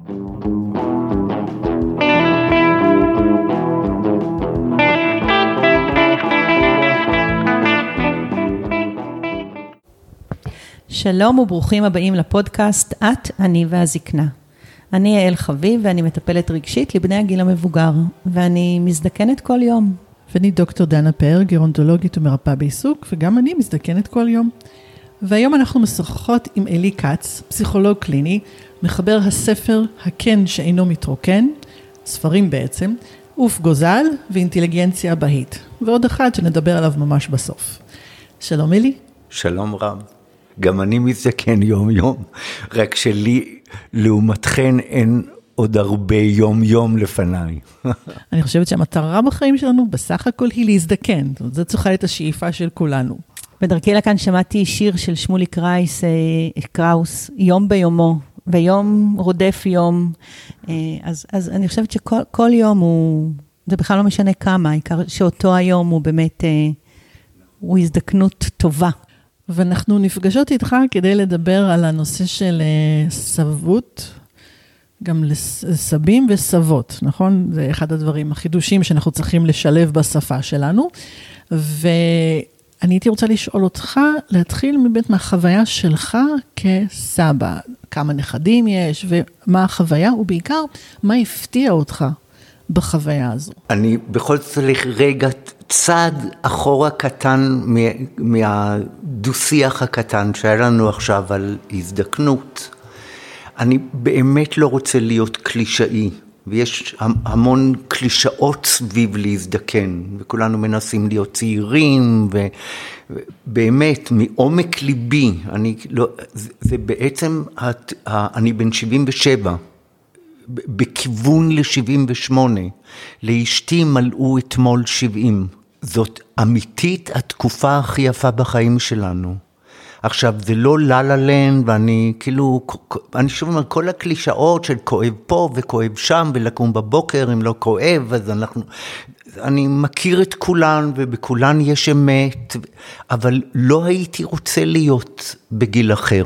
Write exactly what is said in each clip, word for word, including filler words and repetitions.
שלום וברוכים הבאים לפודקאסט את, אני והזקנה. אני יעל חביב ואני מטפלת רגשית לבני הגיל המבוגר, ואני מזדקנת כל יום. ואני דוקטור דנה פאר, גרונטולוגית ומרפאה בעיסוק, וגם אני מזדקנת כל יום. והיום אנחנו משוחחות עם אלי כץ, פסיכולוג קליני, מחבר הספר הכן שאינו מתרוקן, ספרים בעצם, אוף גוזל ואינטליגנציה בהית. ועוד אחד שנדבר עליו ממש בסוף. שלום אלי. שלום רב. גם אני מזדקן יום יום, רק שלי לעומתכן אין עוד הרבה יום יום לפניי. אני חושבת שהמטרה בחיים שלנו בסך הכל היא להזדקן, זאת צריכה להיות השאיפה של כולנו. בדרכי לכאן שמעתי שיר של שמולי קרייס, קראוס, יום ביומו, ויום רודף יום, אז, אז אני חושבת שכל כל יום הוא, זה בכלל לא משנה כמה, העיקר שאותו היום הוא באמת, הוא הזדקנות טובה. ואנחנו נפגשות איתך כדי לדבר על הנושא של סבות, גם לסבים וסבות, נכון? זה אחד הדברים, החידושים שאנחנו צריכים לשלב בשפה שלנו. ואני הייתי רוצה לשאול אותך, להתחיל מבית מהחוויה שלך כסבא. כמה נכדים יש ומה החוויה, ובעיקר מה הפתיע אותך בחוויה הזו. אני בכל זאת צריך רגע צעד אחורה קטן מהדו-שיח הקטן שהיה לנו עכשיו על הזדקנות. אני באמת לא רוצה להיות קלישאי, ויש המון קלישאות סביב להזדקן, וכולנו מנסים להיות צעירים, ובאמת מעומק ליבי, אני לא, זה בעצם, אני בן שבעים ושבע, בכיוון ל-שבעים ושמונה, לאשתי מלאו אתמול שבעים. זאת אמיתית התקופה הכי יפה בחיים שלנו. עכשיו, זה לא ללה-לנד, ואני כאילו, אני שוב אומר, כל הקלישאות של כואב פה וכואב שם, ולקום בבוקר אם לא כואב, אז אנחנו, אני מכיר את כולן, ובכולן יש אמת, אבל לא הייתי רוצה להיות בגיל אחר.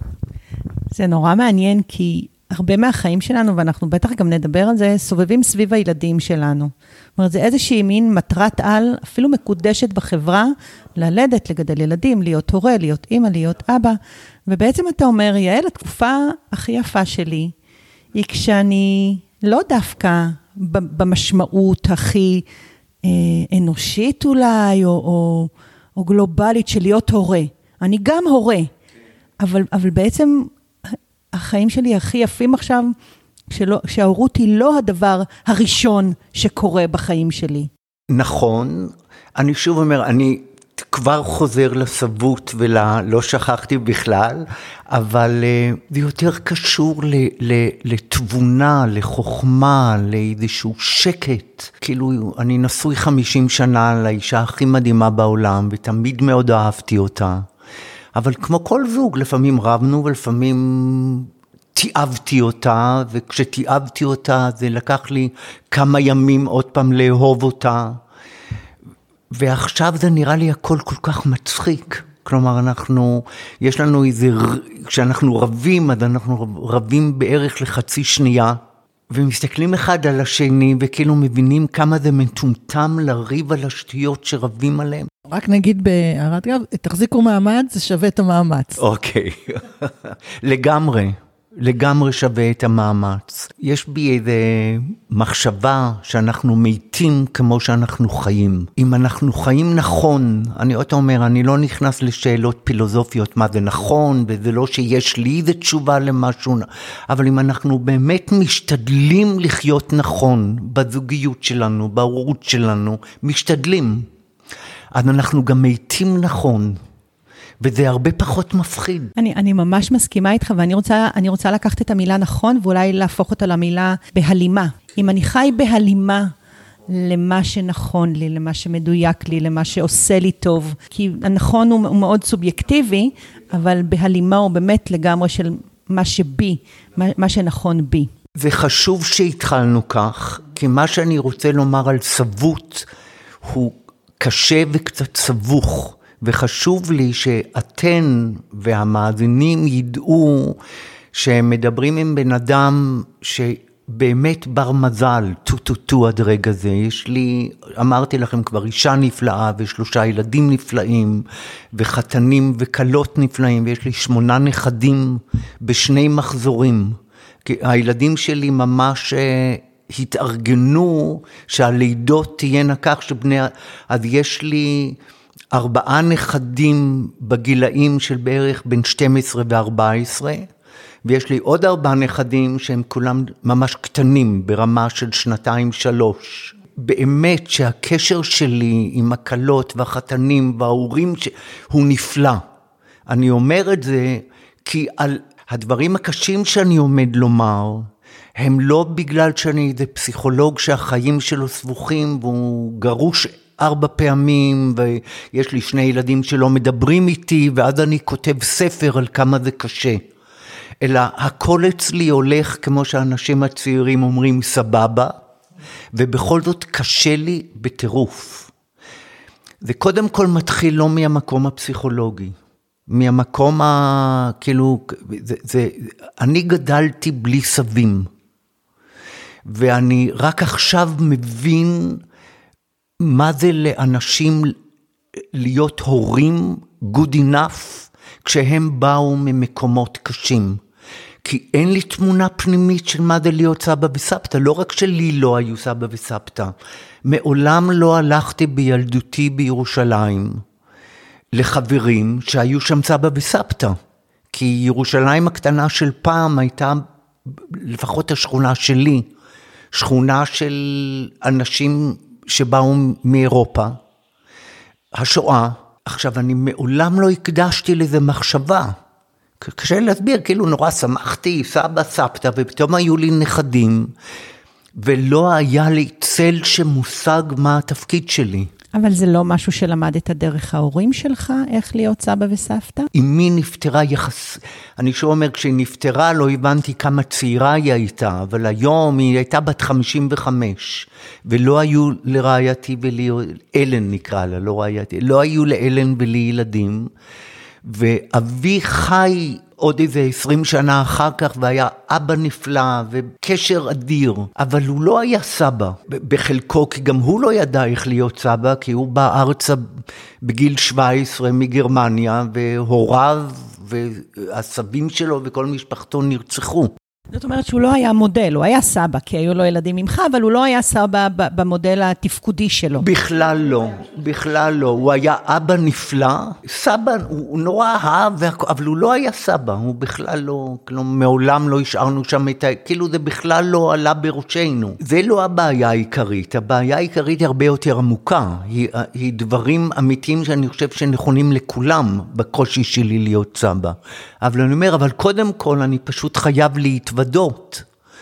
זה נורא מעניין, כי הרבה מהחיים שלנו, ואנחנו בטח גם נדבר על זה, סובבים סביב הילדים שלנו. זאת אומרת, זה איזושהי מין מטרת על, אפילו מקודשת בחברה, ללדת, לגדל ילדים, להיות הורה, להיות אמא, להיות אבא. ובעצם אתה אומר, יעל, התקופה הכי יפה שלי, היא כשאני לא דווקא במשמעות הכי אה, אנושית אולי, או, או, או גלובלית של להיות הורה. אני גם הורה, אבל, אבל בעצם החיים שלי הכי יפים עכשיו, שלא, שההורות היא לא הדבר הראשון שקורה בחיים שלי. נכון, אני שוב אומר, אני כבר חוזר לסבות ולא שכחתי בכלל, אבל זה יותר קשור ל, ל, לתבונה, לחוכמה, לאיזשהו שקט. כאילו, אני נשוי חמישים שנה לאישה הכי מדהימה בעולם, ותמיד מאוד אהבתי אותה. אבל כמו כל זוג, לפעמים רבנו ולפעמים תיאבתי אותה, וכשתיאבתי אותה זה לקח לי כמה ימים עוד פעם לאהוב אותה, ועכשיו זה נראה לי הכל כל כך מצחיק. כלומר, אנחנו, יש לנו איזה, כשאנחנו רבים, אז אנחנו רבים בערך לחצי שנייה, ומסתכלים אחד על השני, וכאילו מבינים כמה זה מטומטם לריב על השטויות שרבים עליהם. רק נגיד בהערת גב, תחזיקו מעמד, זה שווה את המאמץ. אוקיי, לגמרי, לגמרי שווה את המאמץ. יש בי איזו מחשבה שאנחנו מתים כמו שאנחנו חיים. אם אנחנו חיים נכון, אני עוד אומר, אני לא נכנס לשאלות פילוסופיות מה זה נכון, וזה לא שיש לי איזו תשובה למשהו, אבל אם אנחנו באמת משתדלים לחיות נכון, בזוגיות שלנו, בהורות שלנו, משתדלים. אז אנחנו גם מתים נכון, וזה הרבה פחות מפחיד. אני, אני ממש מסכימה איתך, ואני רוצה, אני רוצה לקחת את המילה נכון, ואולי להפוך אותה למילה בהלימה. אם אני חי בהלימה למה שנכון לי, למה שמדויק לי, למה שעושה לי טוב, כי הנכון הוא, הוא מאוד סובייקטיבי, אבל בהלימה הוא באמת לגמרי של מה שבי, מה, מה שנכון בי. זה חשוב שהתחלנו כך, כי מה שאני רוצה לומר על סבות, הוא קשה וקצת סבוך, וחשוב לי שאתן והמאזינים ידעו שהם מדברים עם בן אדם שבאמת בר מזל, טו טו טו עד רגע זה. יש לי, אמרתי לכם כבר, אישה נפלאה ושלושה ילדים נפלאים, וחתנים וקלות נפלאים, ויש לי שמונה נכדים בשני מחזורים. הילדים שלי ממש התארגנו שהלידות תהיינה כך שבני, אז יש לי ארבעה נכדים בגילאים של בערך בין שתים עשרה ו-ארבע עשרה, ויש לי עוד ארבעה נכדים שהם כולם ממש קטנים ברמה של שנתיים שלוש. באמת שהקשר שלי עם הקלות והחתנים וההורים הוא נפלא. אני אומר את זה כי על הדברים הקשים שאני עומד לומר, הם לא בגלל שאני איזה פסיכולוג שהחיים שלו סבוכים והוא גרוש ארבע פעמים ויש לי שני ילדים שלא מדברים איתי ואז אני כותב ספר על כמה זה קשה. אלא הכל אצלי הולך כמו שאנשים הצעירים אומרים סבבה, ובכל זאת קשה לי בטירוף. זה קודם כל מתחיל לא מהמקום הפסיכולוגי, מהמקום ה... כאילו, זה, זה, אני גדלתי בלי סבים, ואני רק עכשיו מבין מה זה לאנשים להיות הורים good enough, כשהם באו ממקומות קשים. כי אין לי תמונה פנימית של מה זה להיות סבא וסבתא, לא רק שלי לא היו סבא וסבתא. מעולם לא הלכתי בילדותי בירושלים לחברים שהיו שם סבא וסבתא. כי ירושלים הקטנה של פעם הייתה, לפחות השכונה שלי, שכונה של אנשים שבאו מאירופה, השואה. עכשיו, אני מעולם לא הקדשתי לזה מחשבה. קשה להסביר, כאילו נורא שמחתי, סבא, סבתא, ופתאום היו לי נכדים, ולא היה לי צל שמושג מה התפקיד שלי. אבל זה לא משהו שלמדת דרך ההורים שלך, איך להיות סבא וסבתא? אמי נפטרה יחס... אני שוב אומר, כשהיא נפטרה לא הבנתי כמה צעירה היא הייתה, אבל היום היא הייתה בת חמישים וחמש, ולא היו לרעייתי ולי, אלן נקרא לה, לא רעייתי, לא היו לאלן ולי ילדים, ואבי חי עוד איזה עשרים שנה אחר כך, והיה אבא נפלא וקשר אדיר, אבל הוא לא היה סבא בחלקו, כי גם הוא לא ידע איך להיות סבא, כי הוא בא ארצה בגיל שבע עשרה מגרמניה, והוריו והסבים שלו וכל משפחתו נרצחו. זאת אומרת שהוא לא היה מודל, הוא היה סבא, כי היו לו ילדים ממך, אבל הוא לא היה סבא במודל התפקודי שלו. בכלל לא, בכלל לא. הוא היה אבא נפלא, סבא, הוא נורא אהב, אבל הוא לא היה סבא, הוא בכלל לא, כאילו, מעולם לא השארנו שם את ה... כאילו זה בכלל לא עלה בראשנו. זה לא הבעיה העיקרית, הבעיה העיקרית היא הרבה יותר עמוקה, היא, היא דברים אמיתיים שאני חושב שנכונים לכולם, בקושי שלי להיות סבא. אבל אני אומר, אבל קודם כל אני פשוט חייב להתוודות,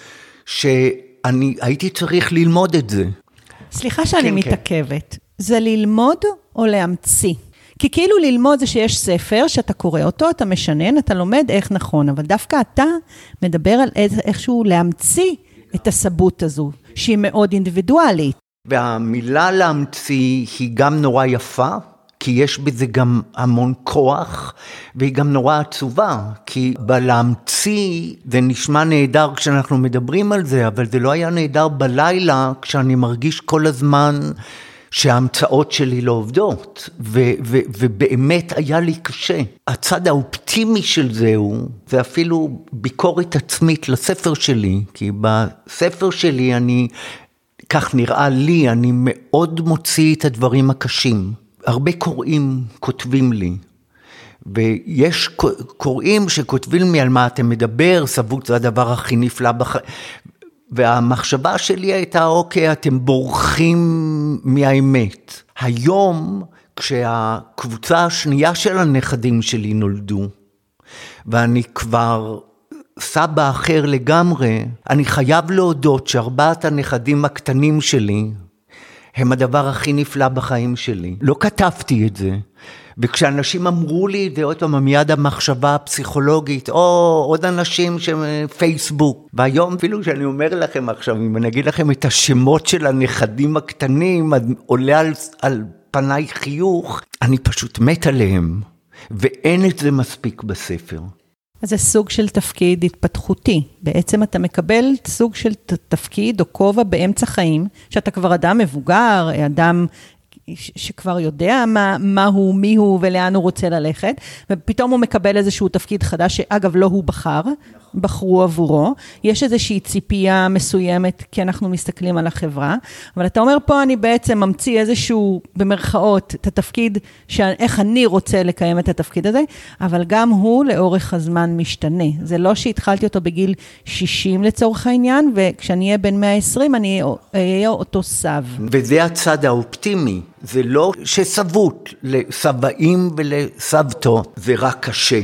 שאני הייתי צריך ללמוד את זה. סליחה שאני כן, מתעכבת. כן. זה ללמוד או להמציא? כי כאילו ללמוד זה שיש ספר, שאתה קורא אותו, אתה משנן, אתה לומד איך נכון, אבל דווקא אתה מדבר על איכשהו להמציא את הסבות הזו, שהיא מאוד אינדיבידואלית. והמילה להמציא היא גם נורא יפה, כי יש בזה גם המון כוח, והיא גם נורא עצובה, כי בלהמציא זה נשמע נהדר כשאנחנו מדברים על זה, אבל זה לא היה נהדר בלילה, כשאני מרגיש כל הזמן שההמצאות שלי לא עובדות, ו- ו- ובאמת היה לי קשה. הצד האופטימי של זהו, זה אפילו ביקורת עצמית לספר שלי, כי בספר שלי אני, כך נראה לי, אני מאוד מוציא את הדברים הקשים. הרבה קוראים כותבים לי, ויש קוראים שכותבים לי על מה אתם מדבר, סבות זה הדבר הכי נפלא בחיים, והמחשבה שלי הייתה, אוקיי, אתם בורחים מהאמת. היום, כשהקבוצה השנייה של הנכדים שלי נולדו, ואני כבר סבא אחר לגמרי, אני חייב להודות שארבעת הנכדים הקטנים שלי, הם הדבר הכי נפלא בחיים שלי. לא כתבתי את זה. וכשאנשים אמרו לי, זה עוד פעם מיד המחשבה הפסיכולוגית, או עוד אנשים שפייסבוק. והיום אפילו שאני אומר לכם עכשיו, אם אני אגיד לכם את השמות של הנכדים הקטנים, עולה על, על פניי חיוך, אני פשוט מת עליהם. ואין את זה מספיק בספר. אז זה סוג של תפקיד התפתחותי. בעצם אתה מקבל סוג של תפקיד או כובע באמצע חיים, שאתה כבר אדם מבוגר, אדם שכבר יודע מה, מה הוא, מי הוא ולאן הוא רוצה ללכת, ופתאום הוא מקבל איזשהו תפקיד חדש, שאגב לא הוא בחר, בחרו עבורו. יש איזושהי ציפייה מסוימת, כי אנחנו מסתכלים על החברה, אבל אתה אומר פה אני בעצם ממציא איזשהו, במרכאות, את התפקיד, איך אני רוצה לקיים את התפקיד הזה, אבל גם הוא לאורך הזמן משתנה. זה לא שהתחלתי אותו בגיל שישים לצורך העניין, וכשאני אהיה בן מאה ועשרים, אני אהיה אותו סב. וזה הצד האופטימי. זה לא שסבות לסבאים ולסבתות, זה רק קשה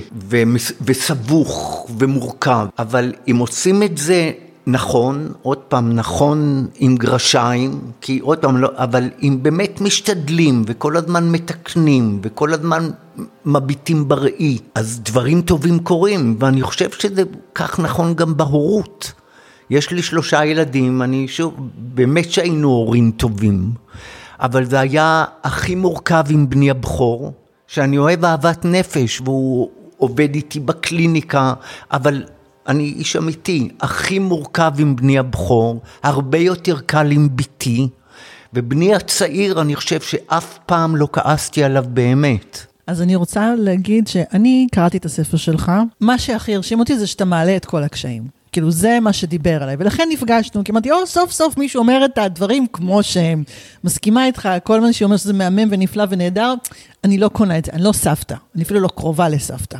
וסבוך ומורכב, אבל אם עושים את זה נכון, עוד פעם נכון עם גרשיים, כי עוד פעם לא, אבל אם באמת משתדלים וכל הזמן מתקנים וכל הזמן מביטים בראי, אז דברים טובים קורים, ואני חושב שזה כך נכון גם בהורות. יש לי שלושה ילדים, אני שוב, באמת שהיינו הורים טובים, אבל זה היה הכי מורכב עם בני הבכור, שאני אוהב אהבת נפש, והוא עובד איתי בקליניקה, אבל אני איש אמיתי, הכי מורכב עם בני הבכור, הרבה יותר קל עם ביתי, ובני הצעיר אני חושב שאף פעם לא כעסתי עליו באמת. אז אני רוצה להגיד שאני קראתי את הספר שלך, מה שהכי הרשים אותי זה שאתה מעלה את כל הקשיים. כאילו זה מה שדיבר עליי, ולכן נפגשנו, כי אמרתי, או סוף סוף מישהו אומר את הדברים כמו שהם, מסכימה איתך, כל מה שאומר שזה מהמם ונפלא ונהדר, אני לא קונה את זה, אני לא סבתא, אני אפילו לא קרובה לסבתא,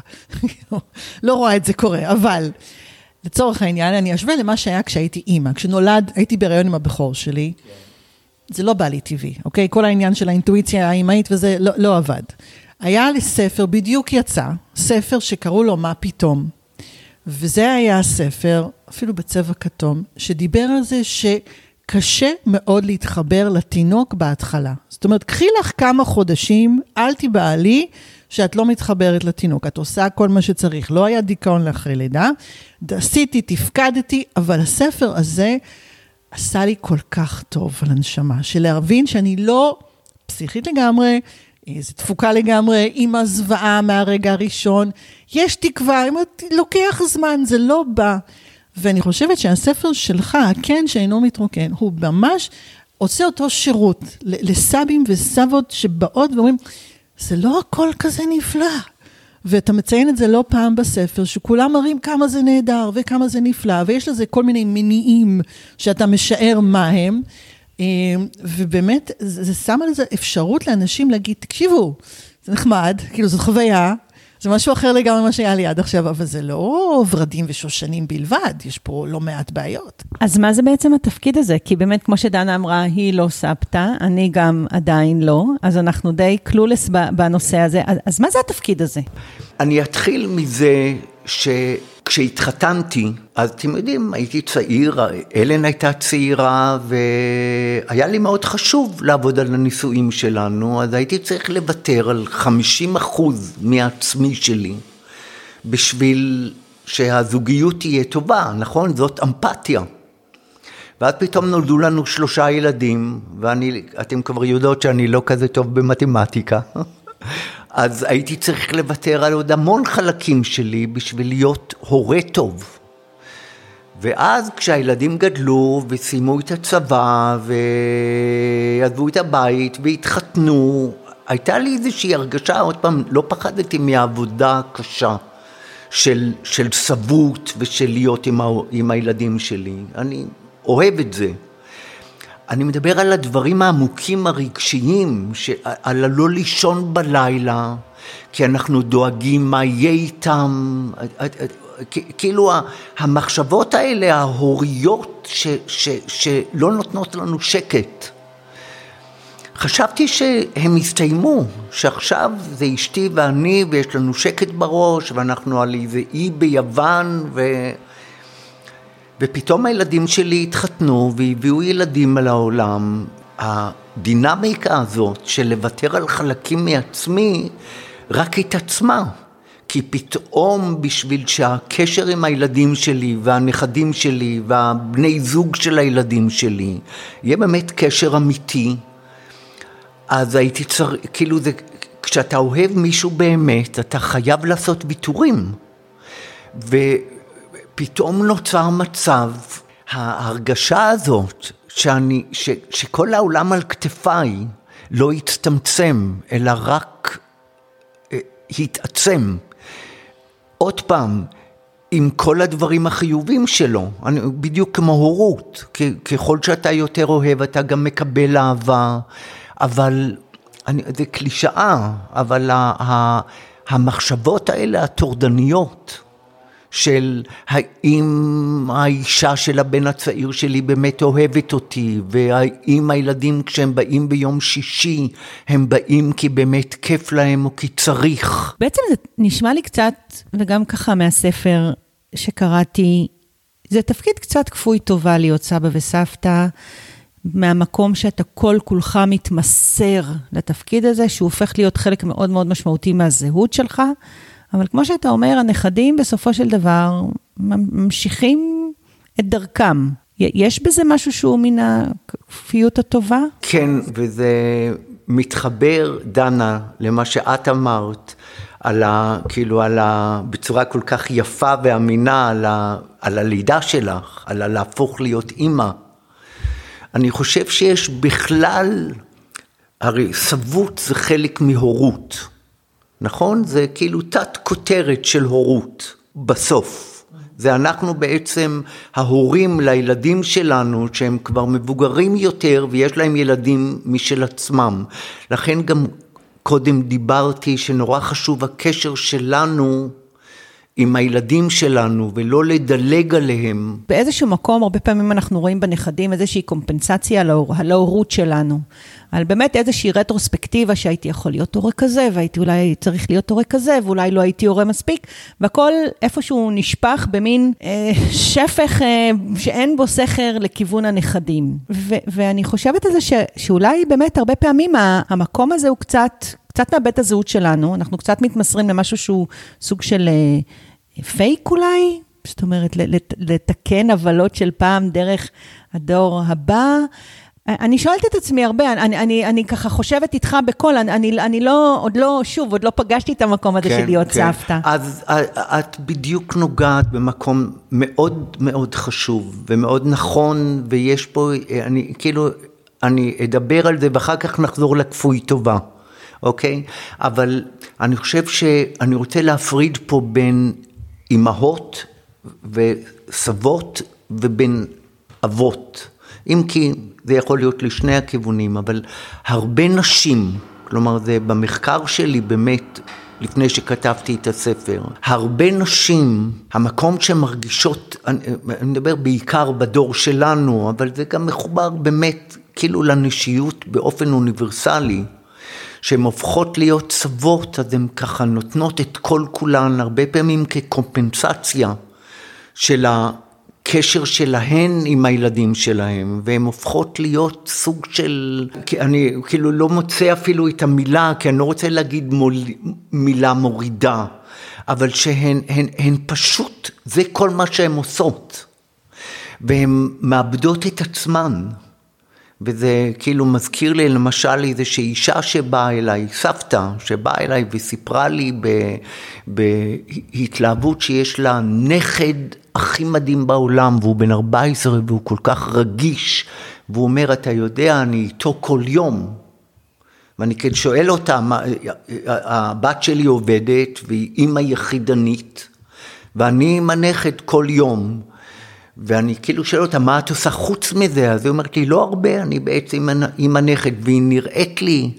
לא רואה את זה קורה, אבל לצורך העניין, אני אשווה למה שהיה כשהייתי אימא, כשנולד, הייתי בהיריון עם הבכור שלי, זה לא בא לי טבעי, אוקיי? כל העניין של האינטואיציה האימהית וזה לא, לא עבד. היה לי ספר, בדיוק יצא, ספר שקראו לו מה פתאום, וזה היה הספר, אפילו בצבע כתום, שדיבר על זה שקשה מאוד להתחבר לתינוק בהתחלה. זאת אומרת, קחי לך כמה חודשים, אל תבעלי שאת לא מתחברת לתינוק. את עושה כל מה שצריך. לא היה דיכאון לאחרי לידה. עשיתי, תפקדתי, אבל הספר הזה עשה לי כל כך טוב על הנשמה, של להבין שאני לא פסיכית לגמרי, זה תפוקה לגמרי, עם הזוועה מהרגע הראשון, יש תקווה, לוקח זמן, זה לא בא. ואני חושבת שהספר שלך, כן שאינו מתרוקן, הוא ממש עושה אותו שירות לסבים וסבות שבאות ואומרים, זה לא הכל כזה נפלא. ואתה מציין את זה לא פעם בספר, שכולם מראים כמה זה נהדר וכמה זה נפלא, ויש לזה כל מיני מניעים שאתה משער מה הם, ובאמת זה שם על זה אפשרות לאנשים להגיד, תקשיבו, זה נחמד, כאילו זאת חוויה, זה משהו אחר לגמרי מה שהיה לי עד עכשיו, אבל זה לא ורדים ושושנים בלבד, יש פה לא מעט בעיות. אז מה זה בעצם התפקיד הזה? כי באמת כמו שדנה אמרה, היא לא סבתא, אני גם עדיין לא, אז אנחנו די קלולס בנושא הזה, אז מה זה התפקיד הזה? אני אתחיל מזה שכשהתחתנתי, אז אתם יודעים, הייתי צעיר, אלן הייתה צעירה, והיה לי מאוד חשוב לעבוד על הנישואים שלנו, אז הייתי צריך לוותר על חמישים אחוז מעצמי שלי, בשביל שהזוגיות תהיה טובה, נכון? זאת אמפתיה. ואז פתאום נולדו לנו שלושה ילדים, ואתם כבר יודעות שאני לא כזה טוב במתמטיקה, אז הייתי צריך לוותר על עוד המון חלקים שלי בשביל להיות הורה טוב. ואז כשהילדים גדלו וסיימו את הצבא ועזבו את הבית והתחתנו, הייתה לי איזושהי הרגשה, עוד פעם, לא פחדתי מהעבודה הקשה של, של סבות ושל להיות עם, ה, עם הילדים שלי. אני אוהב את זה. אני מדבר על הדברים העמוקים הרגשיים, על הלא לישון בלילה, כי אנחנו דואגים מה יהיה איתם, כאילו המחשבות האלה, ההוריות, ש, ש, שלא נותנות לנו שקט. חשבתי שהם הסתיימו, שעכשיו זה אשתי ואני, ויש לנו שקט בראש, ואנחנו על איזה אי ביוון, ו... ופתאום הילדים שלי התחתנו והביאו ילדים על העולם. הדינמיקה הזאת של לוותר על חלקים מעצמי רק התעצמה. כי פתאום בשביל שהקשר עם הילדים שלי והנכדים שלי והבני זוג של הילדים שלי יהיה באמת קשר אמיתי, אז הייתי צריך, כאילו זה, כשאתה אוהב מישהו באמת, אתה חייב לעשות ויתורים. ופתאום נוצר מצב, ההרגשה הזאת, שאני, ש, שכל העולם על כתפיי לא יצטמצם, אלא רק התעצם. עוד פעם, עם כל הדברים החיובים שלו, אני, בדיוק כמו הורות, כ, ככל שאתה יותר אוהב, אתה גם מקבל אהבה, אבל, אני, זה קלישאה, אבל ה, ה, המחשבות האלה הטורדניות, של האם האישה של הבן הצעיר שלי באמת אוהבת אותי, והאם הילדים כשהם באים ביום שישי, הם באים כי באמת כיף להם או כי צריך. בעצם זה נשמע לי קצת, וגם ככה מהספר שקראתי, זה תפקיד קצת כפוי טובה להיות סבא וסבתא, מהמקום שאתה כל כולך מתמסר לתפקיד הזה, שהוא הופך להיות חלק מאוד מאוד משמעותי מהזהות שלך, אבל כמו שאתה אומר, הנכדים בסופו של דבר ממשיכים את דרכם. יש בזה משהו שהוא מן הכפיות הטובה? כן, וזה מתחבר, דנה, למה שאת אמרת, על ה, כאילו על ה, בצורה כל כך יפה ואמינה, על, ה, על הלידה שלך, על להפוך להיות אימא. אני חושב שיש בכלל, הרי סבות זה חלק מהורות. נכון? זה כאילו תת כותרת של הורות בסוף. זה אנחנו בעצם ההורים לילדים שלנו שהם כבר מבוגרים יותר ויש להם ילדים משל עצמם. לכן גם קודם דיברתי שנורא חשוב הקשר שלנו עם הילדים שלנו ולא לדלג עליהם. באיזשהו מקום הרבה פעמים אנחנו רואים בנכדים איזושהי קומפנסציה על ההורות שלנו. על באמת איזושהי רטרוספקטיבה שהייתי יכול להיות הורה כזה, והייתי אולי צריך להיות הורה כזה, ואולי לא הייתי הורה מספיק, והכל איפשהו נשפך במין אה, שפך אה, שאין בו סכר לכיוון הנכדים. ו- ואני חושבת על זה ש- שאולי באמת הרבה פעמים המקום הזה הוא קצת, קצת מאבד את הזהות שלנו, אנחנו קצת מתמסרים למשהו שהוא סוג של אה, פייק אולי, זאת אומרת לתקן הבלות של פעם דרך הדור הבא, אני שואלת את עצמי הרבה, אני, אני, אני ככה חושבת איתך בכל, אני, אני, אני לא, עוד לא, שוב, עוד לא פגשתי את המקום הזה כן, של להיות כן. סבתא. אז את בדיוק נוגעת במקום מאוד מאוד חשוב, ומאוד נכון, ויש פה, אני כאילו, אני אדבר על זה, ואחר כך נחזור לכפוי טובה, אוקיי? אבל אני חושב שאני רוצה להפריד פה בין אמהות וסבות, ובין אבות. אם כי זה יכול להיות לשני הכיוונים, אבל הרבה נשים, כלומר זה במחקר שלי באמת, לפני שכתבתי את הספר, הרבה נשים, המקום שמרגישות, אני, אני מדבר בעיקר בדור שלנו, אבל זה גם מחובר באמת כאילו לנשיות באופן אוניברסלי, שהן הופכות להיות סבות, אז הן ככה נותנות את כל כולן, הרבה פעמים כקומפנסציה של ה... קשר שלהן עם הילדים שלהם, והן הופכות להיות סוג של, אני כאילו לא מוצא אפילו את המילה, כי אני לא רוצה להגיד מול, מילה מורידה, אבל שהן הן, הן פשוט, זה כל מה שהן עושות, והן מאבדות את עצמן, וזה כאילו מזכיר לי למשל איזושהי אישה שבאה אליי, סבתא שבאה אליי וסיפרה לי בהתלהבות שיש לה נכד הכי מדהים בעולם, והוא בן ארבע עשרה והוא כל כך רגיש, והוא אומר, אתה יודע, אני איתו כל יום, ואני כן שואל אותה, הבת שלי עובדת והיא אימא יחידנית, ואני עם הנכד כל יום, ואני כאילו שואל אותה, מה את עושה חוץ מזה? אז היא אומרת לי, לא הרבה, אני בעצם עם הנכד, והיא נראית לי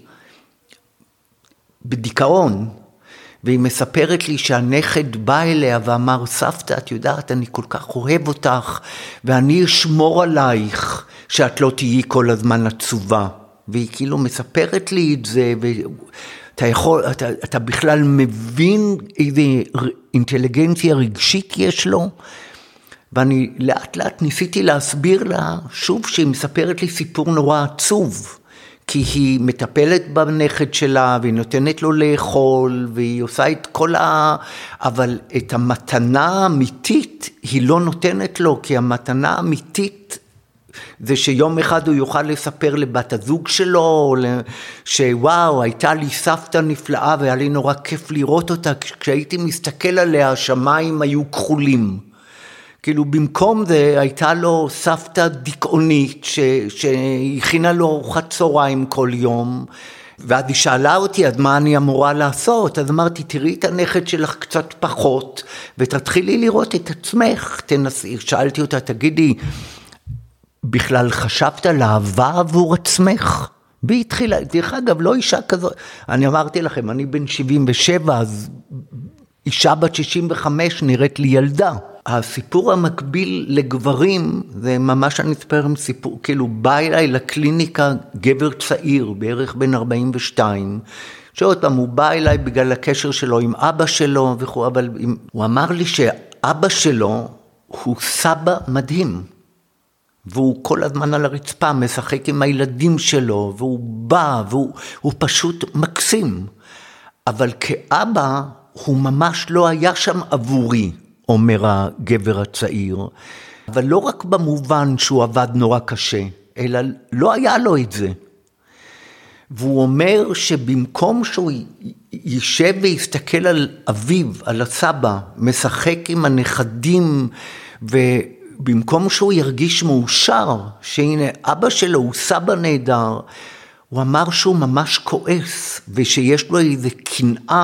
בדיכאון, והיא מספרת לי שהנכד בא אליה ואמר, סבתא, את יודעת, אני כל כך אוהב אותך, ואני אשמור עלייך, שאת לא תהיי כל הזמן עצובה. והיא כאילו מספרת לי את זה, ואתה יכול, אתה, אתה בכלל מבין איזה אינטליגנציה רגשית יש לו, ואני לאט לאט ניסיתי להסביר לה, שוב שהיא מספרת לי סיפור נורא עצוב, כי היא מטפלת בנכד שלה, והיא נותנת לו לאכול, והיא עושה את כל ה... אבל את המתנה האמיתית היא לא נותנת לו, כי המתנה האמיתית זה שיום אחד הוא יוכל לספר לבת הזוג שלו, שוואו, הייתה לי סבתא נפלאה, והיה לי נורא כיף לראות אותה, כשהייתי מסתכל עליה, השמיים היו כחולים. כאילו במקום זה הייתה לו סבתא דיכאונית, שהכינה לו ארוחת צהריים כל יום, ואז היא שאלה אותי, אז מה אני אמורה לעשות? אז אמרתי, תראי את הנכד שלך קצת פחות, ותתחילי לראות את עצמך, תנסי. שאלתי אותה, תגידי, בכלל חשבת על אהבה עבור עצמך? והיא התחילה, דרך אגב, לא אישה כזאת. אני אמרתי לכם, אני בן שבעים ושבע, אז אישה בת שישים וחמש נראית לי ילדה. הסיפור המקביל לגברים, זה ממש אני אספר עם סיפור, כאילו בא אליי לקליניקה גבר צעיר, בערך בן ארבעים ושתיים, שעוד פעם הוא בא אליי בגלל הקשר שלו עם אבא שלו וכו', אבל הוא אמר לי שאבא שלו הוא סבא מדהים, והוא כל הזמן על הרצפה משחק עם הילדים שלו, והוא בא, והוא פשוט מקסים, אבל כאבא הוא ממש לא היה שם עבורי, אומר הגבר הצעיר, אבל לא רק במובן שהוא עבד נורא קשה, אלא לא היה לו את זה. והוא אומר שבמקום שהוא יישב ויסתכל על אביו, על הסבא, משחק עם הנכדים, ובמקום שהוא ירגיש מאושר, שהנה אבא שלו הוא סבא נהדר, הוא אמר שהוא ממש כועס, ושיש לו איזו קנאה,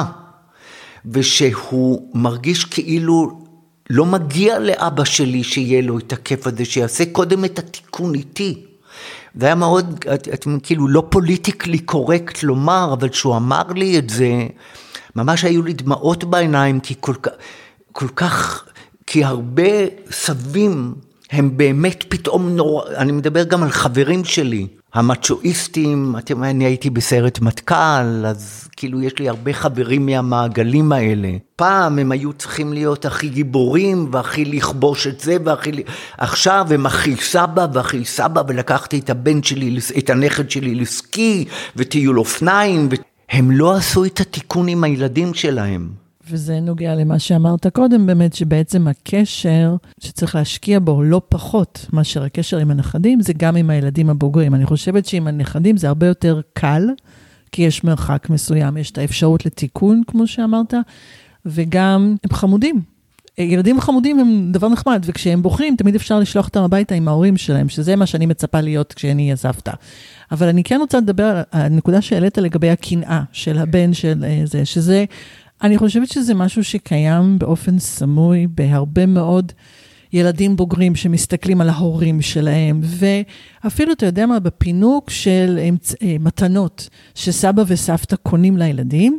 ושהוא מרגיש כאילו לא מגיע לאבא שלי שיהיה לו את הכיף הזה, שיעשה קודם את התיקון איתי. זה היה מאוד, את, את, כאילו לא פוליטיקלי קורקט לומר, אבל שהוא אמר לי את זה, ממש היו לי דמעות בעיניים, כי כל כך, כל כך, כי הרבה סבים הם באמת פתאום נורא, אני מדבר גם על חברים שלי, המצ'ואיסטים, אני הייתי בסרט מטכ"ל, אז כאילו יש לי הרבה חברים מהמעגלים האלה. פעם הם היו צריכים להיות הכי גיבורים, והכי לכבוש את זה, והכי... עכשיו הם הכי סבא והכי סבא, ולקחתי את הבן שלי, את הנכד שלי לסקי, וטיול אופניים, והם לא עשו את התיקון עם הילדים שלהם. וזה נוגע למה שאמרת קודם, באמת שבעצם הקשר שצריך להשקיע בו לא פחות מאשר הקשר עם הנכדים, זה גם עם הילדים הבוגרים. אני חושבת שעם הנכדים זה הרבה יותר קל, כי יש מרחק מסוים, יש את האפשרות לתיקון, כמו שאמרת, וגם הם חמודים. ילדים חמודים הם דבר נחמד, וכשהם בוחרים, תמיד אפשר לשלוח אותם הביתה עם ההורים שלהם, שזה מה שאני מצפה להיות כשאני אהיה סבתא. אבל אני כן רוצה לדבר על הנקודה שהעלית לגבי הקנאה של הבן של זה, שזה... אני חושבת שזה משהו שקיים באופן סמוי בהרבה מאוד ילדים בוגרים שמסתכלים על ההורים שלהם, ואפילו אתה יודע מה, בפינוק של מתנות שסבא וסבתא קונים לילדים,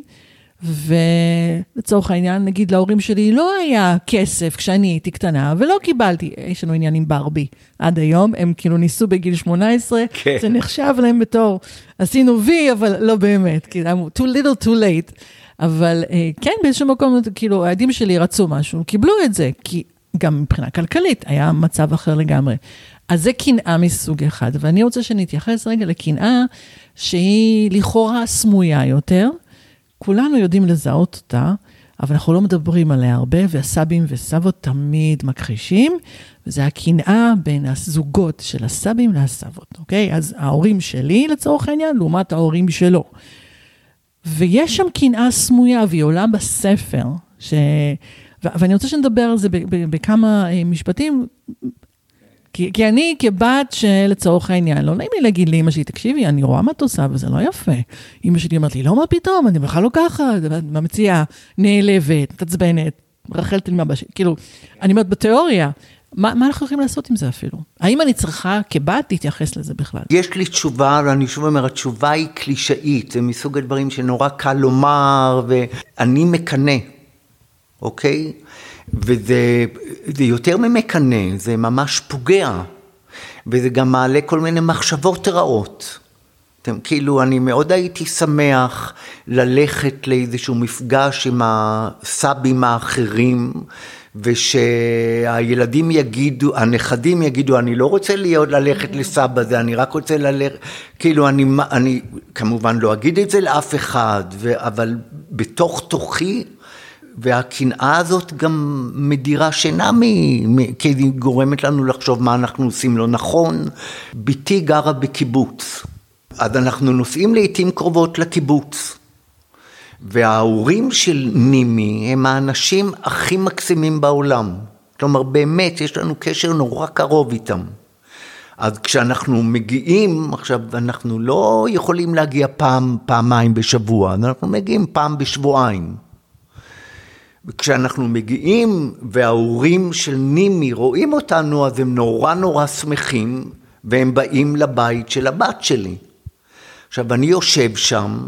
ולצורך העניין נגיד להורים שלי לא היה כסף כשאני הייתי קטנה, ולא קיבלתי, יש לנו עניין עם ברבי עד היום, הם כאילו ניסו בגיל שמונה עשרה, כן. זה נחשב להם בתור, עשינו וי אבל לא באמת, כי זה too little too late, אבל כן, באיזשהו מקום, כאילו, העדים שלי רצו משהו, קיבלו את זה, כי גם מבחינה כלכלית היה מצב אחר לגמרי. אז זה קנאה מסוג אחד, ואני רוצה שנתייחס רגע לקנאה, שהיא לכאורה סמויה יותר, כולנו יודעים לזהות אותה, אבל אנחנו לא מדברים עליה הרבה, והסבים וסבות תמיד מכחישים, וזה הקנאה בין הזוגות של הסבים והסבות, אוקיי? אז ההורים שלי, לצורך העניין, לעומת ההורים שלו. ויש שם קנאה סמויה, והיא עולה בספר, ש... ו... ואני רוצה שנדבר על זה ב... ב... בכמה משפטים, כי, כי אני כבת שלצורך העניין, לא נעים לי להגיד לאמא שלי, תקשיבי, אני רואה מה את עושה, וזה לא יפה. אמא שלי אומרת לי, לא מה פתאום, אני בכלל לא ככה, מה מציעה, נעלבת, תצבנת, רחלת לי מה בשביל, כאילו, אני אומרת בתיאוריה, מה, מה אנחנו יכולים לעשות עם זה אפילו? האם אני צריכה כבת להתייחס לזה בכלל? יש לי תשובה, אני שוב אומר, התשובה היא קלישאית, זה מסוג הדברים שנורא קל לומר, ואני מקנה, אוקיי? וזה זה יותר ממקנה, זה ממש פוגע, וזה גם מעלה כל מיני מחשבות רעות. אתם, כאילו, אני מאוד הייתי שמח ללכת לאיזשהו מפגש עם הסבים האחרים, ושהילדים יגידו, הנכדים יגידו, אני לא רוצה להיות ללכת לסבא זה, אני רק רוצה ללכת, כאילו אני, אני כמובן לא אגיד את זה לאף אחד, ו, אבל בתוך תוכי, והקנאה הזאת גם מדירה שינה, מ, מ, כי היא גורמת לנו לחשוב מה אנחנו עושים לא נכון. ביתי גרה בקיבוץ, אז אנחנו נוסעים לעתים קרובות לקיבוץ, וההורים של נימי הם האנשים הכי מקסימים בעולם. כלומר, באמת יש לנו קשר נורא קרוב איתם. אז כשאנחנו מגיעים, עכשיו אנחנו לא יכולים להגיע פעם, פעמיים בשבוע, אנחנו מגיעים פעם בשבועיים. כשאנחנו מגיעים וההורים של נימי רואים אותנו, אז הם נורא נורא שמחים, והם באים לבית של הבת שלי. עכשיו אני יושב שם,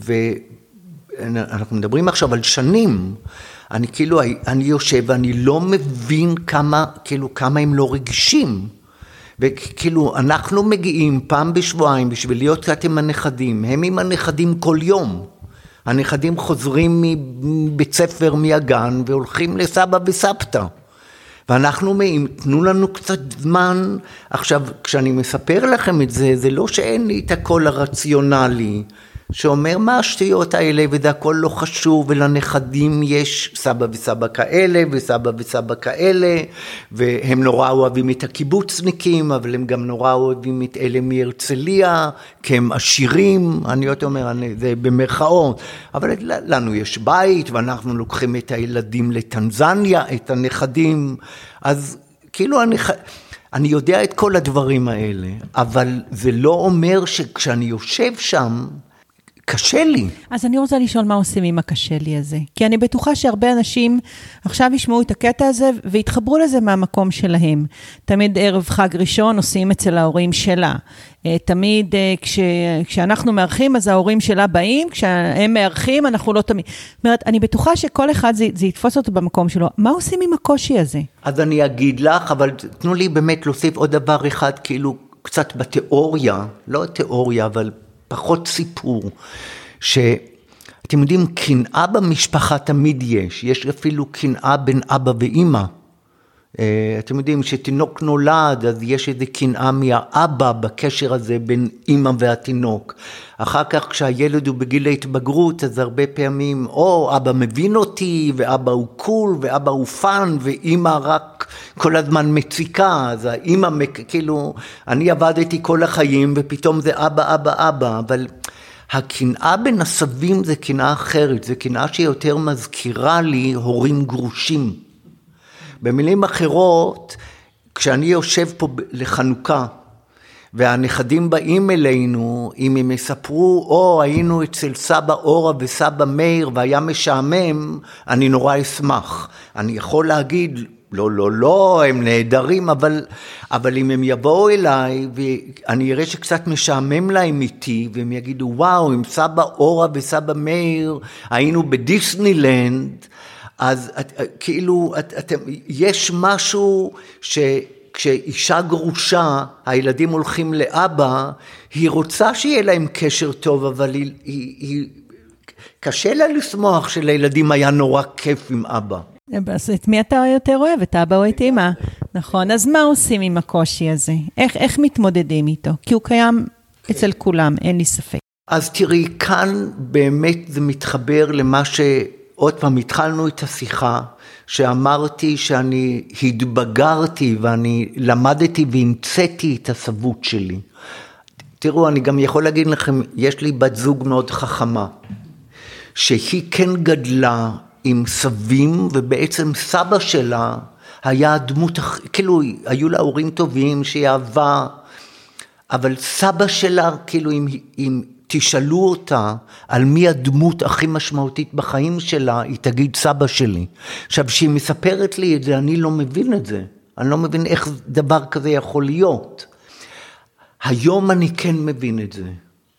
ואנחנו מדברים עכשיו על שנים, אני כאילו, אני יושב ואני לא מבין כמה, כאילו, כמה הם לא רגישים. וכאילו, אנחנו מגיעים פעם בשבועיים בשביל להיות קצת עם הנכדים, הם עם הנכדים כל יום. הנכדים חוזרים מבית ספר, מהגן, והולכים לסבא וסבתא. ואנחנו אומרים, תנו לנו קצת זמן. עכשיו, כשאני מספר לכם את זה, זה לא שאין לי את הכל הרציונלי, שאומר מה השטויות האלה, וזה הכל לא חשוב, ולנכדים יש סבא וסבא כאלה, וסבא וסבא כאלה, והם נורא אוהבים את הקיבוצניקים, אבל הם גם נורא אוהבים את אלה מהרצליה, כי הם עשירים, אני עוד אומר, אני, זה במרכאות, אבל לנו יש בית, ואנחנו לוקחים את הילדים לטנזניה, את הנכדים, אז כאילו אני... אני יודע את כל הדברים האלה, אבל זה לא אומר שכשאני יושב שם, קשה לי. אז אני רוצה לשאול מה עושים עם הקשה לי הזה. כי אני בטוחה שהרבה אנשים עכשיו ישמעו את הקטע הזה, והתחברו לזה מהמקום שלהם. תמיד ערב חג ראשון עושים אצל ההורים שלה. תמיד כש, כשאנחנו מארחים, אז ההורים שלה באים, כשהם מארחים, אנחנו לא תמיד. זאת אומרת, אני בטוחה שכל אחד זה, זה יתפוס אותו במקום שלו. מה עושים עם הקושי הזה? אז אני אגיד לך, אבל תנו לי באמת להוסיף עוד דבר אחד, כאילו קצת בתיאוריה, לא תיאוריה, אבל פחות סיפור, שאתם יודעים, קנאה במשפחה תמיד יש, יש אפילו קנאה בין אבא ואמא. אתם יודעים, שתינוק נולד, אז יש איזו קנאה מהאבא בקשר הזה בין אמא והתינוק. אחר כך כשהילד הוא בגיל ההתבגרות, אז הרבה פעמים, או אבא מבין אותי, ואבא הוא קול, ואבא הוא פן, ואמא רק כל הזמן מציקה, אז האמא, כאילו, אני עבדתי כל החיים, ופתאום זה אבא, אבא, אבא, אבל הקנאה בין הסבים זה קנאה אחרת, זה קנאה שיותר מזכירה לי הורים גרושים. במילים אחרות, כשאני יושב פה לחנוכה, והנכדים באים אלינו, אם הם יספרו, או היינו אצל סבא אורה וסבא מאיר, והיה משעמם, אני נורא אשמח. אני יכול להגיד, לא, לא, לא, הם נהדרים, אבל, אבל אם הם יבואו אליי, ואני אראה שקצת משעמם להם איתי, והם יגידו, וואו, עם סבא אורה וסבא מאיר, היינו בדיסנילנד, אז את, כאילו, את, את, יש משהו שכשאישה גרושה, הילדים הולכים לאבא, היא רוצה שיהיה להם קשר טוב, אבל היא, היא, היא, קשה לה לשמוח שלילדים היה נורא כיף עם אבא. אז את מי אתה יותר אוהב? את אבא או את אמא? נכון, אז מה עושים עם הקושי הזה? איך, איך מתמודדים איתו? כי הוא קיים אצל כולם, אין לי ספק. אז תראי, כאן באמת זה מתחבר למה ש... עוד פעם, התחלנו את השיחה, שאמרתי שאני התבגרתי ואני למדתי והמצאתי את הסבות שלי. תראו, אני גם יכול להגיד לכם, יש לי בת זוג מאוד חכמה, שהיא כן גדלה עם סבים, ובעצם סבא שלה היה הדמות, כאילו היו לה הורים טובים שהיא אהבה, אבל סבא שלה, כאילו אם, אם תשאלו אותה על מי הדמות הכי משמעותית בחיים שלה, היא תגיד סבא שלי. עכשיו, שהיא מספרת לי את זה, אני לא מבין את זה. אני לא מבין איך דבר כזה יכול להיות. היום אני כן מבין את זה.